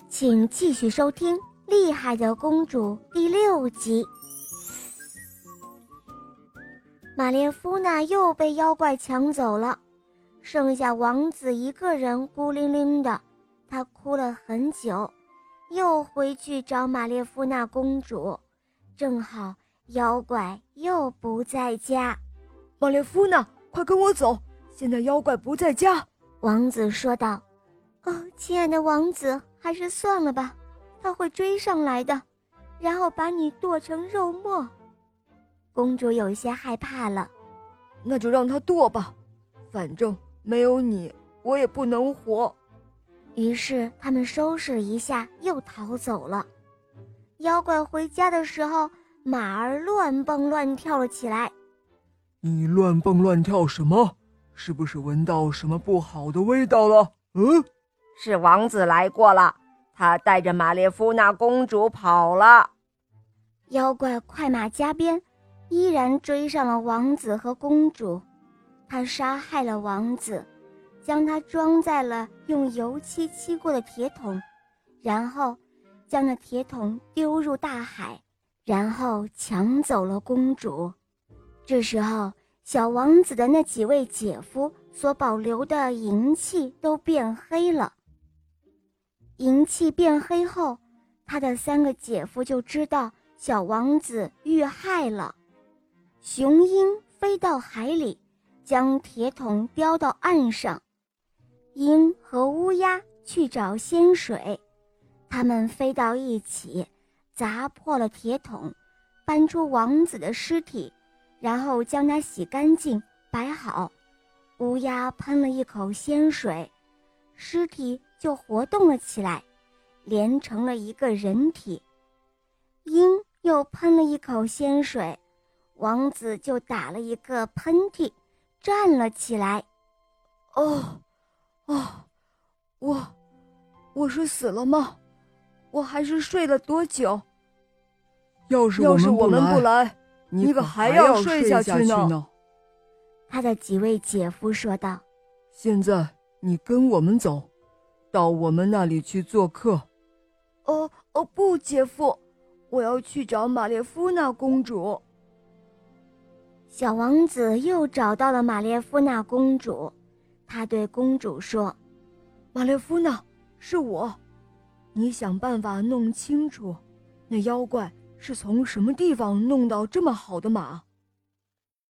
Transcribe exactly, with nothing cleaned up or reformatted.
请继续收听《厉害的公主》第六集。玛列夫娜又被妖怪抢走了，剩下王子一个人孤零零的，他哭了很久，又回去找玛列夫娜公主，正好妖怪又不在家。 玛列夫娜，快跟我走，现在妖怪不在家。 王子说道。哦，亲爱的王子，还是算了吧，他会追上来的，然后把你剁成肉末。公主有些害怕了。 那就让他剁吧，反正没有你我也不能活。 于是他们收拾一下又逃走了。妖怪回家的时候，马儿乱蹦乱跳了起来。 你乱蹦乱跳什么？是不是闻到什么不好的味道了？嗯， 是王子来过了，他带着玛列夫娜公主跑了。 妖怪快马加鞭，依然追上了王子和公主。他杀害了王子，将他装在了用油漆漆过的铁桶，然后将那铁桶丢入大海，然后抢走了公主。这时候小王子的那几位姐夫所保留的银器都变黑了。银器变黑后，他的三个姐夫就知道小王子遇害了。雄鹰飞到海里，将铁桶叼到岸上。鹰和乌鸦去找仙水，它们飞到一起，砸破了铁桶，搬出王子的尸体，然后将它洗干净摆好。乌鸦喷了一口仙水，尸体就活动了起来，连成了一个人体。鹰又喷了一口仙水，王子就打了一个喷嚏，站了起来。 哦，哦，我，我是死了吗？我还是睡了多久？ 要是要是我我们不们不来， 你可你可还还要睡睡下下去呢。 呢。 他的几位姐夫说道。 现在你跟我们走，到我们那里去做客。 哦哦不，姐夫，我要去找玛列夫娜公主。 小王子又找到了玛列夫娜公主，他对公主说： 玛列夫娜，是我，你想办法弄清楚，那妖怪是从什么地方弄到这么好的马。